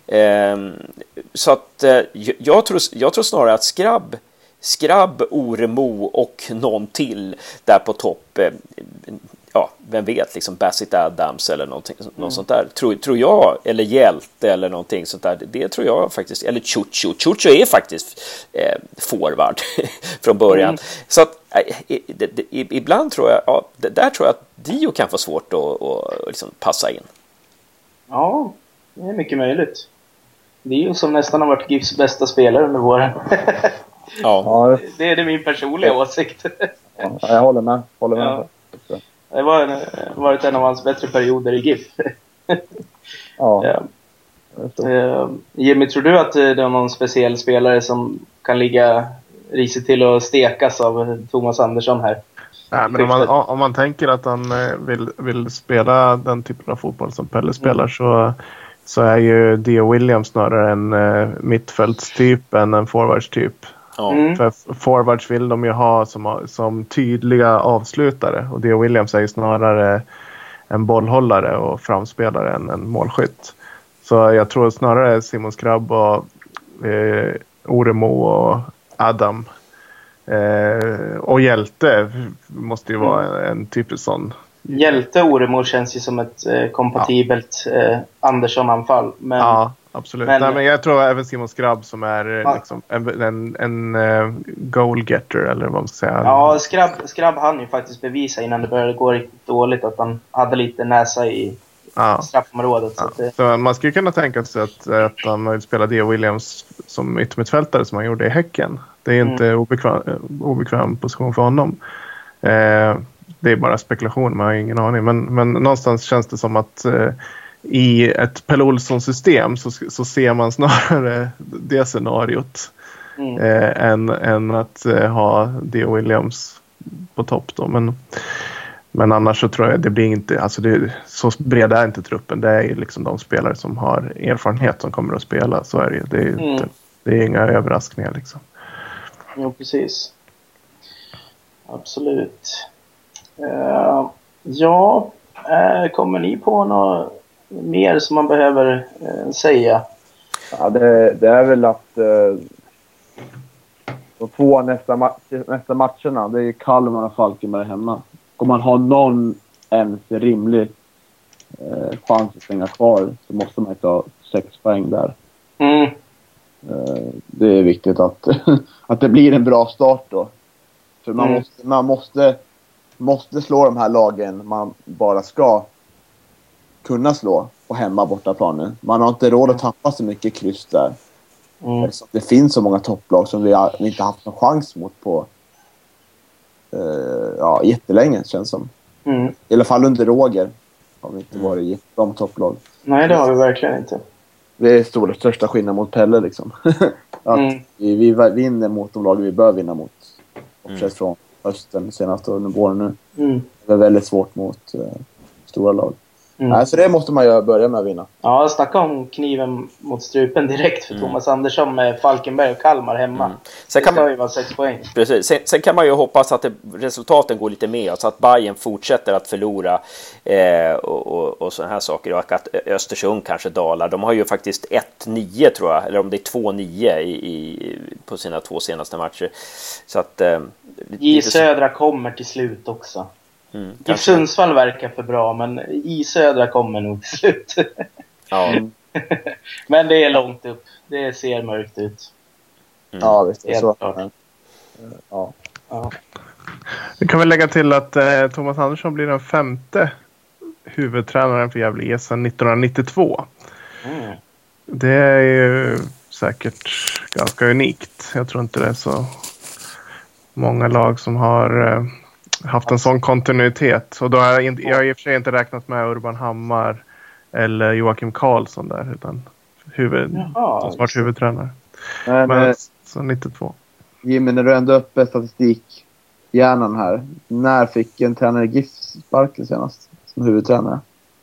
Så att jag tror snarare att Skrabb, Oremo och någon till där på topp, vem vet, liksom Bassett Adams eller något sånt där, tror jag, eller Hjälte eller någonting sånt där, det tror jag faktiskt, eller Chucho är faktiskt forward från början, så att ibland tror jag, där tror jag att Dio kan få svårt att liksom passa in. Ja, det är mycket möjligt. Dio som nästan har varit GIFs bästa spelare under våren. Ja. Det är min personliga åsikt. Ja, jag håller med. Ja. Det har varit en av hans bättre perioder i GIF. Ja. Jimmy, tror du att det är någon speciell spelare som kan ligga risigt till och stekas av Thomas Andersson här? Nej, men om man tänker att han vill spela den typen av fotboll som Pelle spelar, så är ju Dio Williams snarare en mittfältstyp än en forwardstyp. För forwards vill de ju ha som tydliga avslutare, och Dio Williams är ju snarare en bollhållare och framspelare än en målskytt. Så jag tror snarare Simon Skrabb och Oremo och Adam och Hjälte måste ju vara en typisk sån. Hjälte och Oremo känns ju som ett kompatibelt Andersson-anfall. Men, ja, absolut. Men jag tror även Simon Skrabb som är liksom en goal-getter, eller vad man ska säga. Ja, Skrabb hann ju faktiskt bevisa innan det började gå riktigt dåligt att han hade lite näsa i straffområdet. Så man skulle kunna tänka sig att han spelar Dio Williams som yttermittfältare som han gjorde i Häcken. Det är inte obekväm position för honom. Det är bara spekulation, man har ingen aning. Men någonstans känns det som att i ett Pelle Olsson-system så ser man snarare det scenariot än att ha Dio Williams på topp då. Men Men annars så tror jag det blir inte, alltså så bred är inte truppen. Det är ju liksom de spelare som har erfarenhet som kommer att spela. Så är det ju. Det är inga överraskningar liksom. Ja, precis. Absolut. Kommer ni på något mer som man behöver säga? Ja, det är väl att de två nästa matcherna, det är Kalmar och Falkenberg hemma. Om man har någon ens rimlig chans att stänga kvar så måste man ta 6 poäng där. Det är viktigt att det blir en bra start då. För man måste slå de här lagen man bara ska kunna slå på hemma bortaplanen. Man har inte råd att tappa så mycket kryss där. Så det finns så många topplag som vi inte haft någon chans mot på jättelänge, känns som. I alla fall under Roger har vi inte varit i de topplag. Nej, det har vi verkligen inte. Det är största skillnad mot Pelle liksom. Att vi vinner mot de lag vi bör vinna mot. Bortsett från hösten senast och under våren nu. Det är väldigt svårt mot stora lag. Så det måste man börja med att vinna. Ja, snacka om kniven mot strupen direkt för Thomas Andersson med Falkenberg och Kalmar hemma. Sen kan man ju vara 6 poäng. Precis. Sen kan man ju hoppas att resultaten går lite med, så att Bayern fortsätter att förlora och sådana här saker, och att Östersund kanske dalar. De har ju faktiskt 1-9 tror jag, eller om det är 2-9 på sina 2 senaste matcher. Så att i södra kommer till slut också. I Sundsvall verkar för bra, men i södra kommer nog till slut. Men det är långt upp. Det ser mörkt ut. Ja, visst. Vi kan väl lägga till att Thomas Andersson blir den 5:e huvudtränaren för Gävle IF sedan 1992. Det är ju säkert ganska unikt. Jag tror inte det är så många lag som har haft en sån kontinuitet. Och då har jag i och för sig inte räknat med Urban Hammar eller Joakim Karlsson där, utan som varit huvudtränare. Men så 92. Jimmy, när du ändå uppe statistikhjärnan här, när fick en tränare GIF sparken senast som huvudtränare?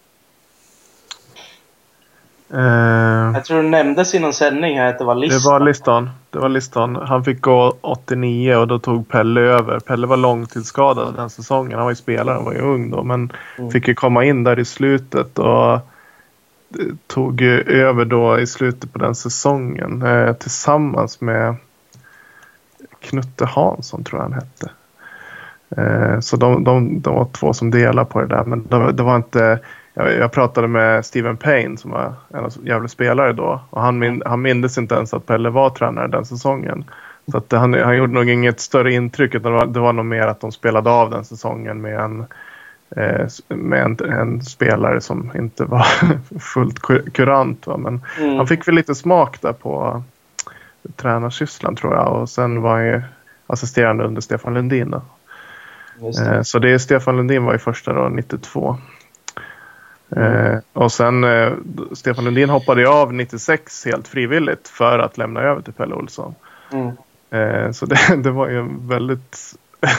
Jag tror du nämndes i någon sändning här att det var Liston. Det var Liston. Han fick gå 89 och då tog Pelle över. Pelle var långtidsskadad den säsongen. Han var ju spelare, han var ju ung då. Men fick ju komma in där i slutet och tog över då i slutet på den säsongen. Tillsammans med Knutte Hansson tror jag han hette. Så de var 2 som delade på det där. Men det var inte... Jag pratade med Steven Payne som var en jävla spelare då. Och han mindes inte ens att Pelle var tränare den säsongen. Så att han gjorde nog inget större intryck. Utan det var nog mer att de spelade av den säsongen med en spelare som inte var fullt kurant. Va? Men han fick väl lite smak där på tränarsysslan tror jag. Och sen var han ju assisterande under Stefan Lundin då. Så det är Stefan Lundin var i första då, 92. Och sen Stefan Lundin hoppade av 96 helt frivilligt för att lämna över till Pelle Olsson. Så det var ju en väldigt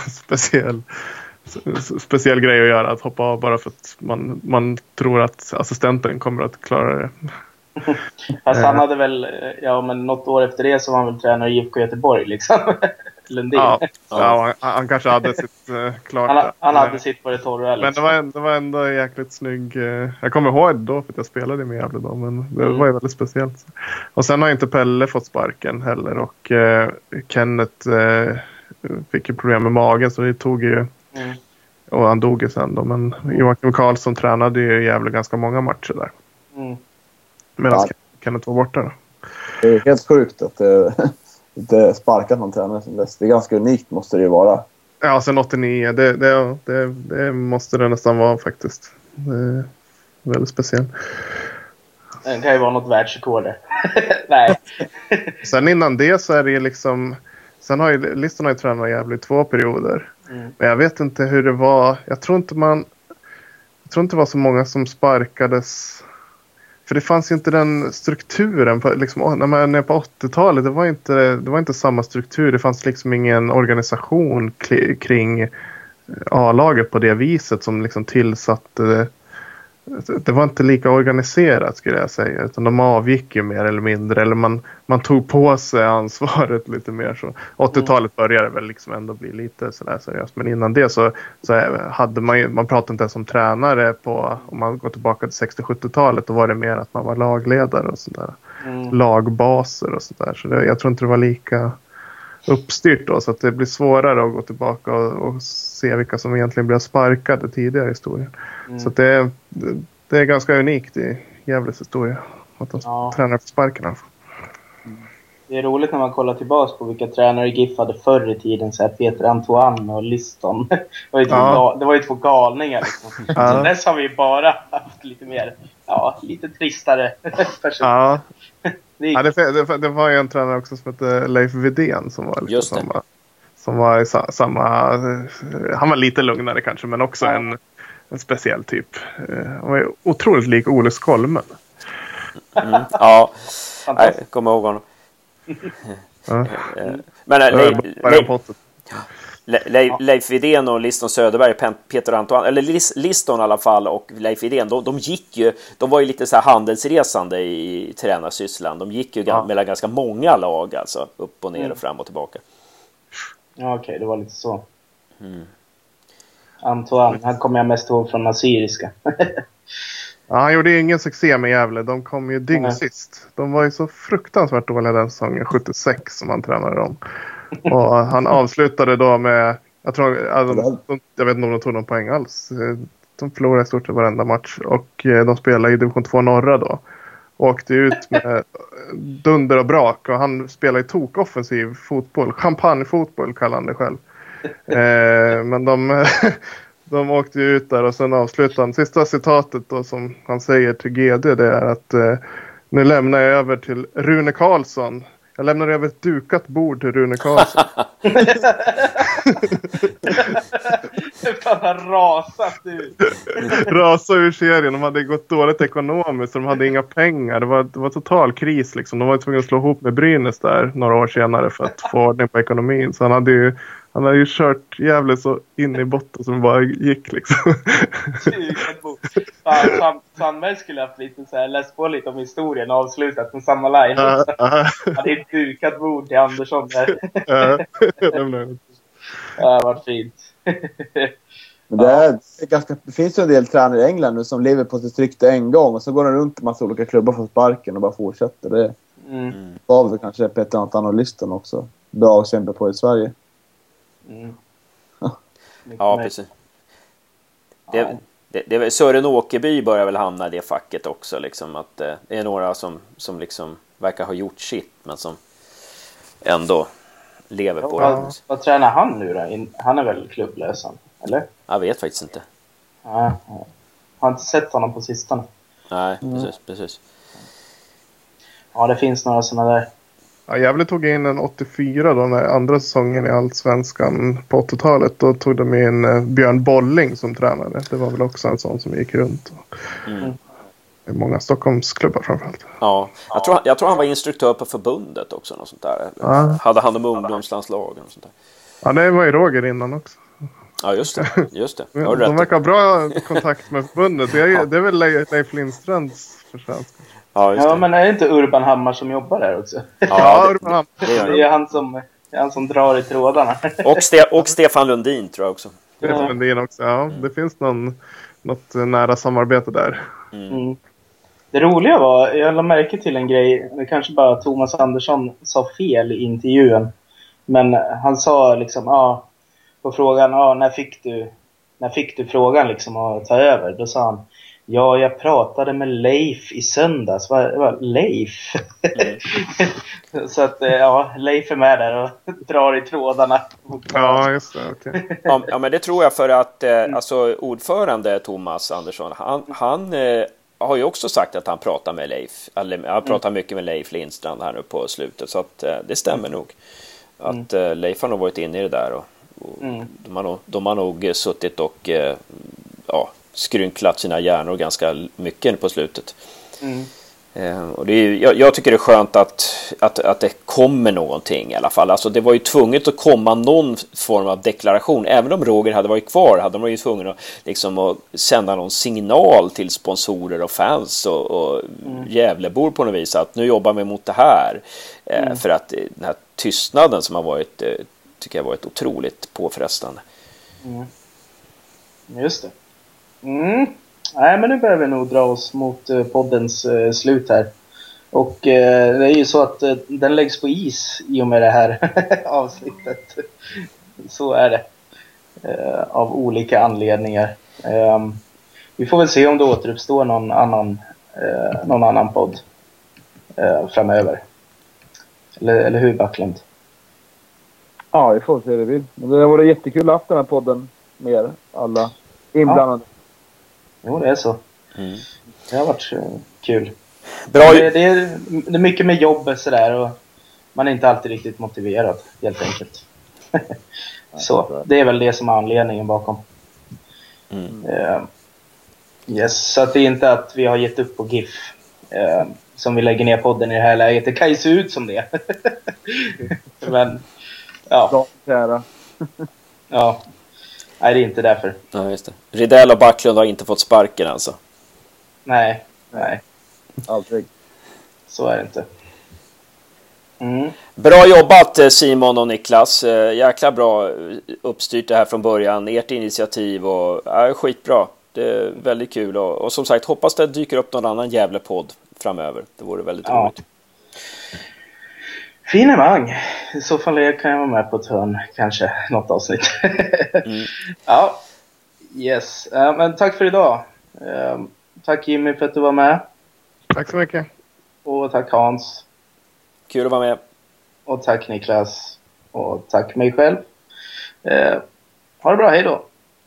speciell grej att göra, att hoppa av bara för att man tror att assistenten kommer att klara det. Fast han hade väl, men något år efter det så var han väl tränare i IFK Göteborg liksom. Lundin. Ja, han kanske hade sitt klart. Han hade sitt på det torra. Liksom. Men det var ändå jäkligt snygg. Jag kommer ihåg det då för att jag spelade med Gävle då, men det var ju väldigt speciellt. Och sen har inte Pelle fått sparken heller, och Kenneth fick ju problem med magen, så det tog ju och han dog ju sen då, men Joakim Karlsson tränade ju Gävle ganska många matcher där. Medan Kenneth var borta då. Det är helt sjukt att inte sparkat någon tränare som dess. Det är ganska unikt måste det ju vara. Ja, sen 89. Det måste det nästan vara faktiskt. Det är väldigt speciellt. Det kan ju vara något världsrekord. Nej. Sen innan det så är det liksom... Sen har ju Liston har ju tränat Gävle i 2 perioder. Men jag vet inte hur det var. Jag tror inte det var så många som sparkades... För det fanns ju inte den strukturen på, liksom, när man är på 80-talet, det var inte samma struktur. Det fanns liksom ingen organisation kring A-laget på det viset som liksom tillsatte. Det var inte lika organiserat skulle jag säga, utan de avgick ju mer eller mindre, eller man tog på sig ansvaret lite mer så. 80-talet började väl liksom ändå bli lite sådär seriöst, men innan det så hade man pratade inte ens om tränare på, om man går tillbaka till 60-70-talet, då var det mer att man var lagledare och sådär, lagbaser och sådär, så jag tror inte det var lika uppstyrt då, så att det blir svårare att gå tillbaka och se vilka som egentligen blev sparkade tidigare i historien. Så att det är ganska unikt i Gävles historia att de tränar för sparken. Det är roligt när man kollar tillbaka på vilka tränare GIF hade förr i tiden, så här Peter Antoine och Liston. Det var ju två galningar liksom. Så dess har vi bara haft lite mer, lite tristare personer. Det var ju en tränare också som hette Leif Widén som var lite som var i samma, han var lite lugnare kanske, men också en speciell typ. Han var ju otroligt lik Ole Skolmen. Jag kommer ihåg honom. Men Leif Widén och Liston Söderberg, Peter Antoine, eller Liston i alla fall, och Leif Widén, de var ju lite så här handelsresande i tränarsysslan. De gick ju mellan ganska många lag, alltså upp och ner och fram och tillbaka. Ja, okej, det var lite så. Antoine, han kommer jag mest ihåg från Assyriska. Han gjorde ingen succé med Gävle. De kom ju sist. De var ju så fruktansvärt dåliga den säsongen 76 som han tränade dem. Och han avslutade då med, jag vet inte om de tog någon poäng alls. De förlorade i stort sett varenda match. Och de spelade i division 2 norra då. Och åkte ut med dunder och brak. Och han spelade i tokoffensiv fotboll. Champagnefotboll kallar han det själv. Men de åkte ut där och sen avslutade han. Sista citatet då som han säger till GD, det är att nu lämnar jag över till Rune Karlsson. Jag lämnar över ett dukat bord till Rune Karlsson. Fan, han rasat ut. Rasade ur serien. De hade gått dåligt ekonomiskt. De hade inga pengar. Det var total kris liksom. De var tvungna att slå ihop med Brynäs där några år senare för att få ordning på ekonomin. Så han hade ju kört jävligt så in i botten som bara gick liksom. Sandberg skulle ha haft lite så här, läst på lite om historien och avslutat med samma line. Han hade ett dukat bord till Andersson där. Det har varit fint. Men det finns ju en del tränare i England nu som lever på sitt rykte en gång och så går de runt en massa olika klubbar för sparken och bara fortsätter. Det var väl kanske Peter Antoine och Liston också. Bra exempel på i Sverige. Ja, precis. Det Sören Åkerby börjar väl hamna i det facket också liksom, att det är några som liksom verkar ha gjort sitt men som ändå lever på det. Vad tränar han nu då? Han är väl klubblös, eller? Jag vet faktiskt inte. Har inte sett honom på sistone. Nej, precis. Ja, det finns några sådana där. Ja, Gävle tog in en 84 då, när andra säsongen i Allsvenskan på 80-talet. Då tog de in Björn Bolling som tränare. Det var väl också en sån som gick runt. Det är många Stockholmsklubbar framförallt. Ja, jag tror han var instruktör på förbundet också. Något sånt där. Hade han om ungdomslandslagen och sånt där. Ja, det var ju Roger innan också. Ja, just det. De verkar ha bra kontakt med förbundet. Det är väl Leif Lindstrands förtjänst. Ja, men är det inte Urban Hammar som jobbar där också? Ja, Urban Hammar. Det är han som drar i trådarna. Och Stefan Lundin tror jag också. Stefan Lundin också, ja. Det finns något nära samarbete där. Det roliga var, jag lade märke till en grej. Det kanske bara Thomas Andersson sa fel i intervjun. Men han sa liksom, på frågan, när fick du frågan liksom att ta över? Då sa han, ja, jag pratade med Leif i söndags. Vad Leif? Så att, Leif är med där och drar i trådarna. Ja, just det. Okay. Ja, men det tror jag för att alltså, ordförande Thomas Andersson, han har ju också sagt att han pratar med Leif. Han pratar mycket med Leif Lindstrand här nu på slutet. Så att det stämmer nog. Att Leif har nog varit inne i det där. Och de har nog suttit och skrynklat sina hjärnor ganska mycket på slutet. Och det är, jag tycker det är skönt att det kommer någonting i alla fall. Alltså det var ju tvunget att komma någon form av deklaration. Även om Roger hade varit kvar hade de ju tvungna att, liksom, att sända någon signal till sponsorer och fans och Gävlebor på något vis att nu jobbar vi mot det här. För att den här tystnaden som har varit, tycker jag varit otroligt påfrestande. Just det. Nej, men nu börjar vi nog dra oss mot poddens slut här. Och det är ju så att den läggs på is i och med det här avsnittet. Så är det. Av olika anledningar. Vi får väl se om det återuppstår någon annan podd framöver. Eller hur, Backlund? Ja, vi får se det vill. Men det var jättekul att ha haft den här podden med er alla inblandade. Ja. Jo, det är så. Det har varit kul. Bra. Det är mycket med jobb sådär och man är inte alltid riktigt motiverad, helt enkelt. Så det är väl det som är anledningen bakom. Yes, så att det är inte att vi har gett upp på GIF som vi lägger ner podden i det här läget. Det kan ju se ut som det. Men ja. Ja. Nej, det är inte därför. Ja, just det. Rydell och Backlund har inte fått sparken alltså. Nej. Aldrig. Så är det inte. Bra jobbat Simon och Niklas. Jäkla bra uppstyrt det här från början. Ert initiativ och skitbra. Det är väldigt kul och som sagt hoppas det dyker upp någon annan Gävle-podd framöver. Det vore väldigt roligt. Finemang. I så fall kan jag vara med på ett hörn kanske något avsnitt. Ja. Yes. Men tack för idag. Tack Jimmy för att du var med. Tack så mycket. Och tack Hans. Kul att vara med. Och tack Niklas. Och tack mig själv. Ha det bra, hej då.